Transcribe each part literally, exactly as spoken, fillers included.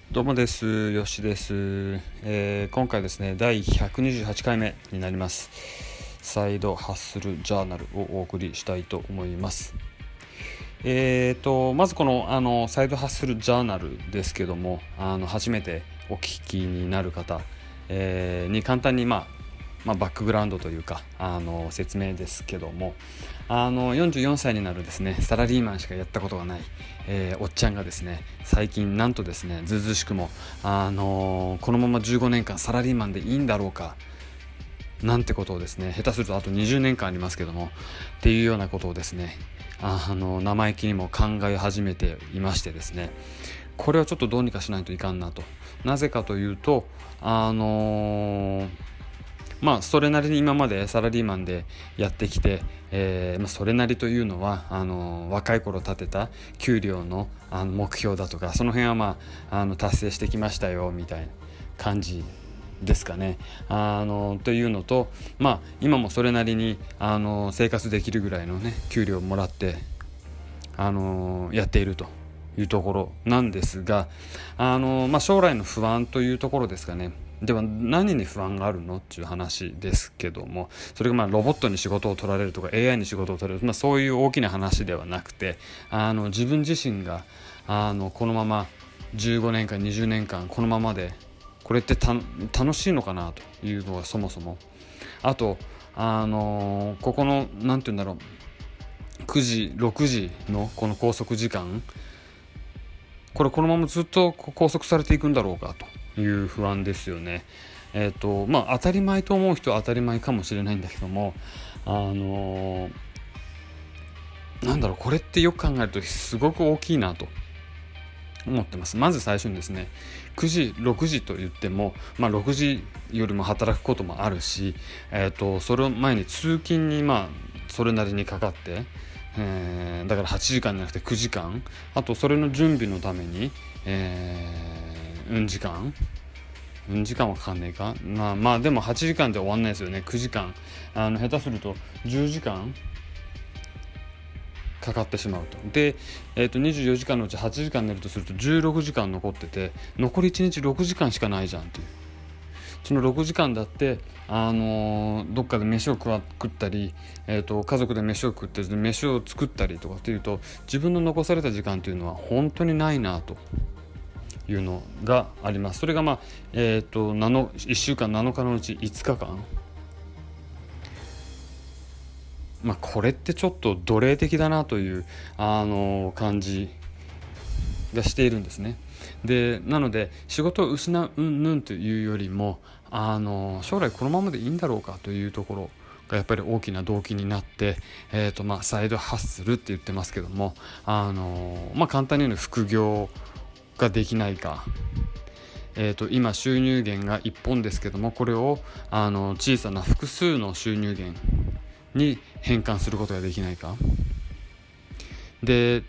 どうもです。よしです、えー今回ですねだいひゃくにじゅうはちかいめになります。サイドハッスルジャーナルをお送りしたいと思います。えーとまずこのあのサイドハッスルジャーナルですけども、あの初めてお聞きになる方、えーに簡単にまあまあ、バックグラウンドというかあの説明ですけども、あのよんじゅうよんさいになるですねサラリーマンしかやったことがない、えーおっちゃんがですね、最近なんとですねずうずうしくも、あのこのままじゅうごねんかんサラリーマンでいいんだろうかなんてことをですね、下手するとあとにじゅうねんかんありますけどもっていうようなことをですね、あの生意気にも考え始めていましてですね、これはちょっとどうにかしないといかんなと。なぜかというと、あのーまあそれなりに今までサラリーマンでやってきて、えーまあ、それなりというのはあの若い頃立てた給料の、あの目標だとかその辺はまあ、あの達成してきましたよみたいな感じですかね。あのというのと、まあ今もそれなりにあの生活できるぐらいのね給料をもらってあのやっているというところなんですが、あの、まあ、将来の不安というところですかね。では何に不安があるのっていう話ですけども、それがまあロボットに仕事を取られるとか エーアイ に仕事を取られる、まあ、そういう大きな話ではなくて、あの自分自身があのこのままじゅうごねんかんにじゅうねんかんこのままでこれってた楽しいのかなというのがそもそも、あとあのここのなんて言うんだろう、くじろくじのこの拘束時間、これこのままずっと拘束されていくんだろうかという不安ですよね。えっとまあ当たり前と思う人は当たり前かもしれないんだけども、あのなんだろう、これってよく考えるとすごく大きいなと思ってます。まず最初にですね、くじろくじと言っても、まあ、ろくじよりも働くこともあるし、えー、とそれを前に通勤にまあそれなりにかかって、えー、だからはちじかんじゃなくてくじかん、あとそれの準備のために、えー、うん時間うん時間はかかんねえか、まあまあでもはちじかんで終わんないですよね。くじかん、あの下手するとじゅうじかんかかってしまうと。で、えー、とにじゅうよじかんのうちはちじかん寝るとするとじゅうろくじかん残ってて、残りいちにちろくじかんしかないじゃんっていう。そのろくじかんだって、あのーどっかで飯を食わ食ったり、えー、と家族で飯を食って飯を作ったりとかっていうと、自分の残された時間というのは本当にないなというのがあります。それがまあ、えー、といっしゅうかんなのかのうちいつかかん、まあ、これってちょっと奴隷的だなという、あの感じがしているんですね。でなので仕事を失ううんぬんというよりも、あの将来このままでいいんだろうかというところがやっぱり大きな動機になって、えーとまあ、サイドハッスルって言ってますけども、あの、まあ、簡単に言うの副業ができないか、えーと今収入源がいっぽんですけども、これをあの小さな複数の収入源に変換することができないか。で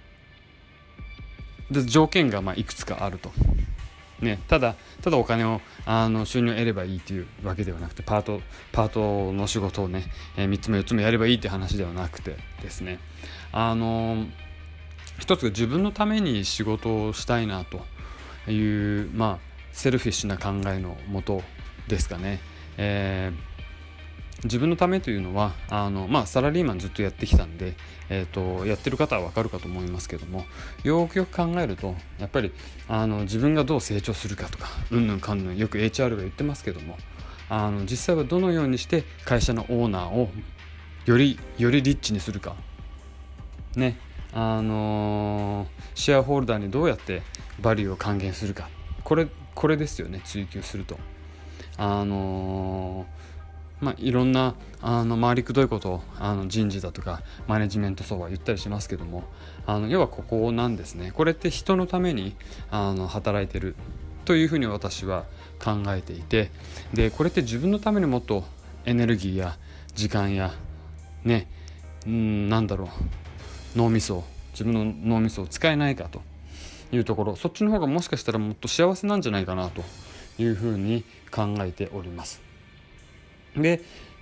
で条件がまあいくつかあると、ね、ただただお金をあの収入を得ればいいというわけではなくて、パートパートの仕事をね、えー、みっつもよっつもやればいいって話ではなくてですね、あの一つが自分のために仕事をしたいなという、まあセルフィッシュな考えのもとですかね。えー自分のためというのはあの、まあ、サラリーマンずっとやってきたんで、えー、とやってる方は分かるかと思いますけども、よくよく考えるとやっぱりあの自分がどう成長するかとかうんぬんかんぬんよく エイチアール が言ってますけども、あの実際はどのようにして会社のオーナーをよりよりリッチにするかね、あのーシェアホルダーにどうやってバリューを還元するか、これこれですよね。追求するとあのーまあ、いろんなあの回りくどいことをあの人事だとかマネジメント層は言ったりしますけども、あの要はここなんですね。これって人のためにあの働いてるというふうに私は考えていて、でこれって自分のためにもっとエネルギーや時間やね、うんなんだろう脳みそ自分の脳みそを使えないかというところ、そっちの方がもしかしたらもっと幸せなんじゃないかなというふうに考えております。で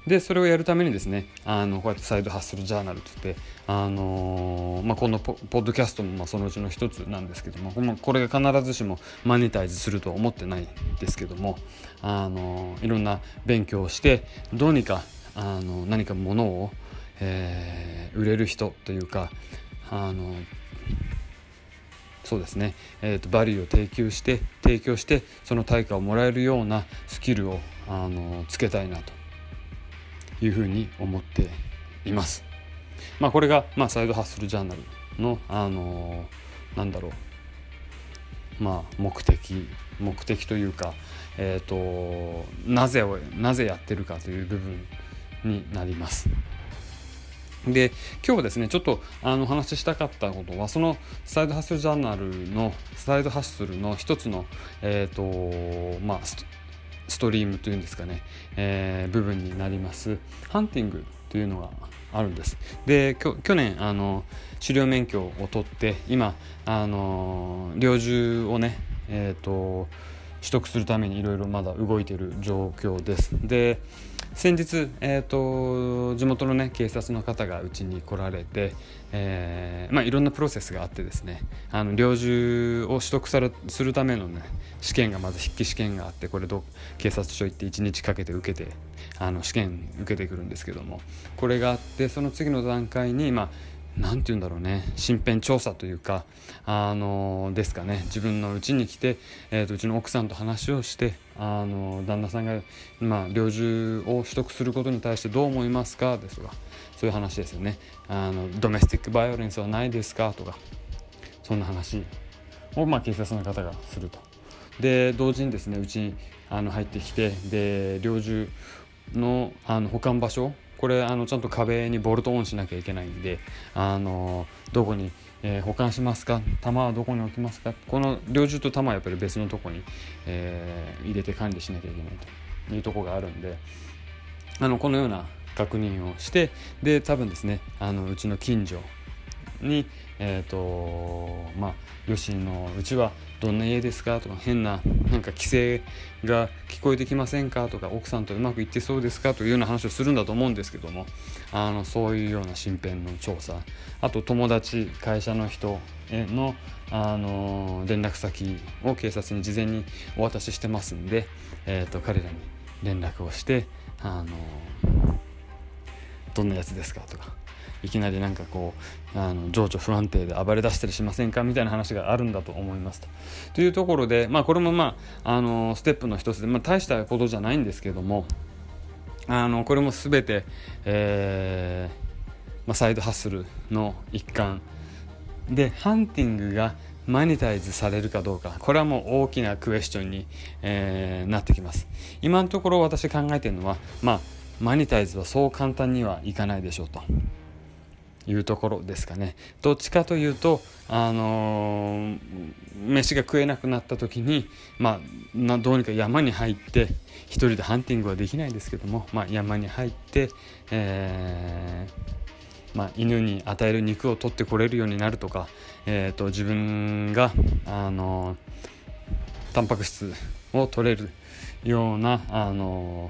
でそれをやるためにですね、あのこうやってサイドハッスルジャーナルといって、あのーまあ、この ポ, ポッドキャストもまあそのうちの一つなんですけども、これが必ずしもマネタイズするとは思ってないんですけども、あのー、いろんな勉強をしてどうにかあの何か物を、えー、売れる人というか、あのそうですね、えーと、バリューを提供して提供してその対価をもらえるようなスキルをあのつけたいなというふうに思っています。まあこれが、まあ、サイドハッスルジャーナルのあのなんだろうまあ目的目的というか、えーとなぜをなぜやってるかという部分になります。で今日はですねちょっとあのお話ししたかったことは、そのサイドハッスルジャーナルのサイドハッスルの一つのえっ、ー、とまあストリームというんですかね、えー、部分になりますハンティングというのがあるんです。で去年あの狩猟免許を取って今あの猟銃をねえっ、ー、と取得するためにいろいろまだ動いている状況です。で先日、えー、と地元の、ね、警察の方がうちに来られて、えーまあ、いろんなプロセスがあってですね、あの猟銃を取得されするための、ね、試験がまず筆記試験があって、これど警察署行っていちにちかけて受けてあの試験受けてくるんですけども、これがあってその次の段階にまあなんて言うんだろうね、身辺調査というかあのですかね、自分の家に来て、えー、とうちの奥さんと話をして、あの旦那さんが、まあ、猟銃を取得することに対してどう思いますかですとか、そういう話ですよね。あのドメスティックバイオレンスはないですかとか、そんな話を、まあ、警察の方がすると。で同時にですねうちにあの入ってきて、で猟銃の、あの保管場所、これあのちゃんと壁にボルトオンしなきゃいけないんで、あのどこに、えー、保管しますか、弾はどこに置きますか、この猟銃と弾はやっぱり別のとこに、えー、入れて管理しなきゃいけないというところがあるんで、あのこのような確認をして、で多分ですねあのうちの近所にえっ、ー、とまあよしのうちはどんな家ですかとか、変ななんか規制が聞こえてきませんかとか、奥さんとうまくいってそうですかというような話をするんだと思うんですけども、あのそういうような身辺の調査、あと友達会社の人への、あの連絡先を警察に事前にお渡ししてますんで、えー、と彼らに連絡をして、あのどんなやつですかとか、いきなりなんかこうあの情緒不安定で暴れ出したりしませんかみたいな話があるんだと思いますと。というところで、まあ、これもまああのステップの一つで、まあ、大したことじゃないんですけども、あのこれも全て、えーまあ、サイドハッスルの一環で、ハンティングがマネタイズされるかどうか、これはもう大きなクエスチョンに、えー、なってきます。今のところ私考えているのは、まあマネタイズはそう簡単にはいかないでしょうというところですかね。どっちかというと、あのー、飯が食えなくなった時に、まあ、などうにか山に入って、一人でハンティングはできないですけども、まあ、山に入って、えーまあ、犬に与える肉を取ってこれるようになるとか、えー、と自分が、あのー、タンパク質を取れるような、あの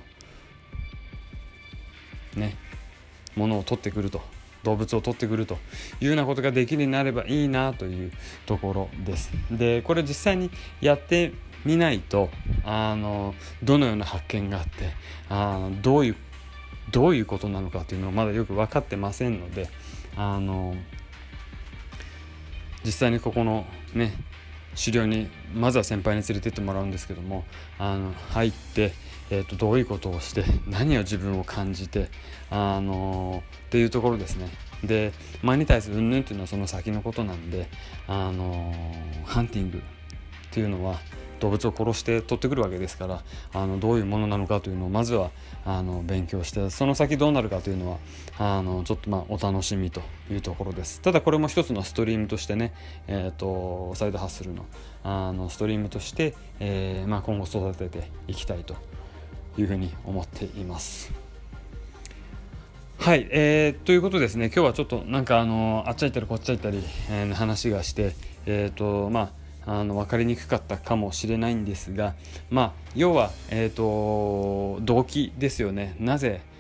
ー、ね、ものを取ってくると、動物を取ってくるというようなことができるようになればいいなというところです。でこれ実際にやってみないと、あのどのような発見があって、あのどういうどういうことなのかというのはまだよく分かってませんので、あの実際にここのね狩猟にまずは先輩に連れてってもらうんですけども、あの入って、えー、とどういうことをして何を自分を感じて、あのー、っていうところですね。でマネタイズ云々っていうのはその先のことなんで、あのー、ハンティングっていうのは動物を殺して取ってくるわけですから、あのどういうものなのかというのをまずはあの勉強して、その先どうなるかというのはあのちょっとまあお楽しみというところです。ただこれも一つのストリームとしてね、えー、とサイドハッスルの、あのストリームとして、えーまあ、今後育てていきたいというふうに思っています。はい、えー、ということですね。今日はちょっとなんかあのあっちゃいったりこっちゃいったり、えー、話がして、えーとまああの分かりにくかったかもしれないんですが、まあ要は、えーと動機ですよね。なぜ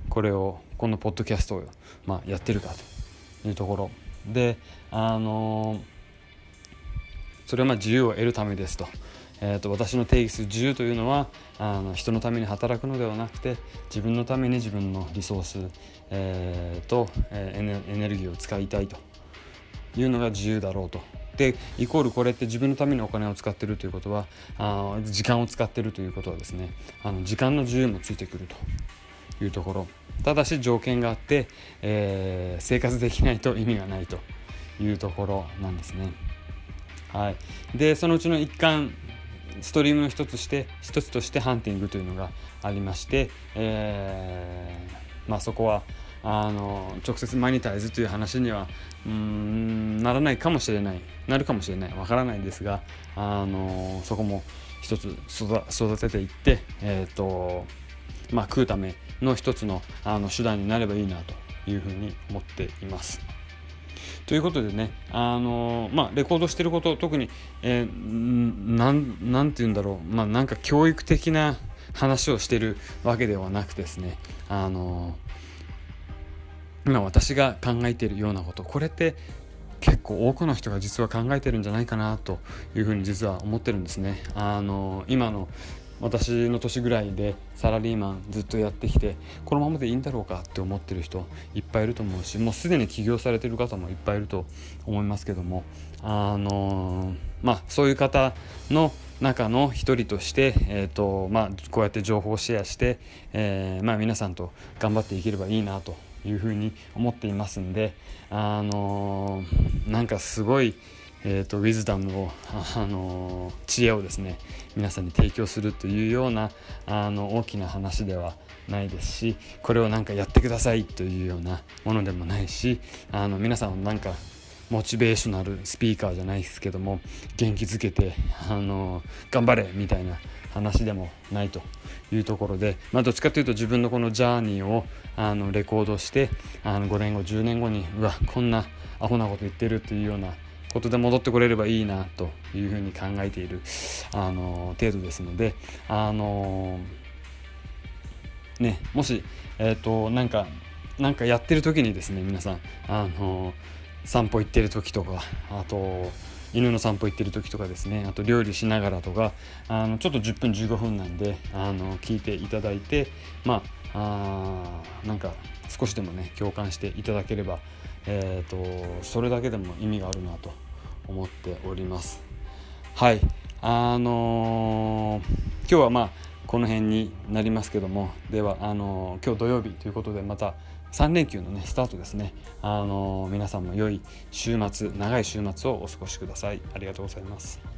これをこのポッドキャストを、まあ、やってるかというところで、あのそれはまあ自由を得るためですと。えー、と私の定義する自由というのはあの人のために働くのではなくて、自分のために自分のリソース、えー、と、えー、エネルギーを使いたいというのが自由だろうと。でイコールこれって自分のためにお金を使っているということは、あ時間を使っているということはですね、あの時間の自由もついてくるというところ。ただし条件があって、えー、生活できないと意味がないというところなんですね。はい、でそのうちの一環ストリームの一つして一つとしてハンティングというのがありまして、えーまあ、そこはあの直接マニタイズという話にはうーんならないかもしれないなるかもしれないわからないですが、あのそこも一つ育てていって、えーとまあ、食うための一つの、あの手段になればいいなというふうに思っています。ということでね、あのまあ、レコードしてること、特に、えー、なん、なんて言うんだろう、まあ、なんか教育的な話をしてるわけではなくてですね、あの今私が考えているようなこと、これって結構多くの人が実は考えてるんじゃないかなというふうに実は思ってるんですね。あの今の私の年ぐらいでサラリーマンずっとやってきて、このままでいいんだろうかって思ってる人いっぱいいると思うし、もうすでに起業されてる方もいっぱいいると思いますけども、あのまあそういう方の中の一人として、えーとまあ、こうやって情報をシェアして、えーまあ、皆さんと頑張っていければいいなというふうに思っていますんで、あのなんかすごいえーと、ウィズダムを、あの知恵をですね皆さんに提供するというようなあの大きな話ではないですし、これをなんかやってくださいというようなものでもないし、あの皆さんをなんかモチベーショナルスピーカーじゃないですけども元気づけて、あの頑張れみたいな話でもないというところで、まあ、どっちかというと自分のこのジャーニーをあのレコードして、あのごねんごじゅうねんごにうわこんなアホなこと言ってるというようなことで戻ってこれればいいなというふうに考えているあの程度ですので、あのねもしえっとなんかなんかやってる時にですね、皆さんあの散歩行ってる時とか、あと犬の散歩行ってる時とかですね、あと料理しながらとか、あのちょっとじゅっぷんじゅうごふんなんであの聞いていただいて、まあ、あなんか少しでもね共感していただければ、えーとそれだけでも意味があるなと思っております。はい、あのー、今日はまあこの辺になりますけども、ではあのー、今日土曜日ということでまたさん連休のねスタートですね。あのー、皆さんも良い週末、長い週末をお過ごしください。ありがとうございます。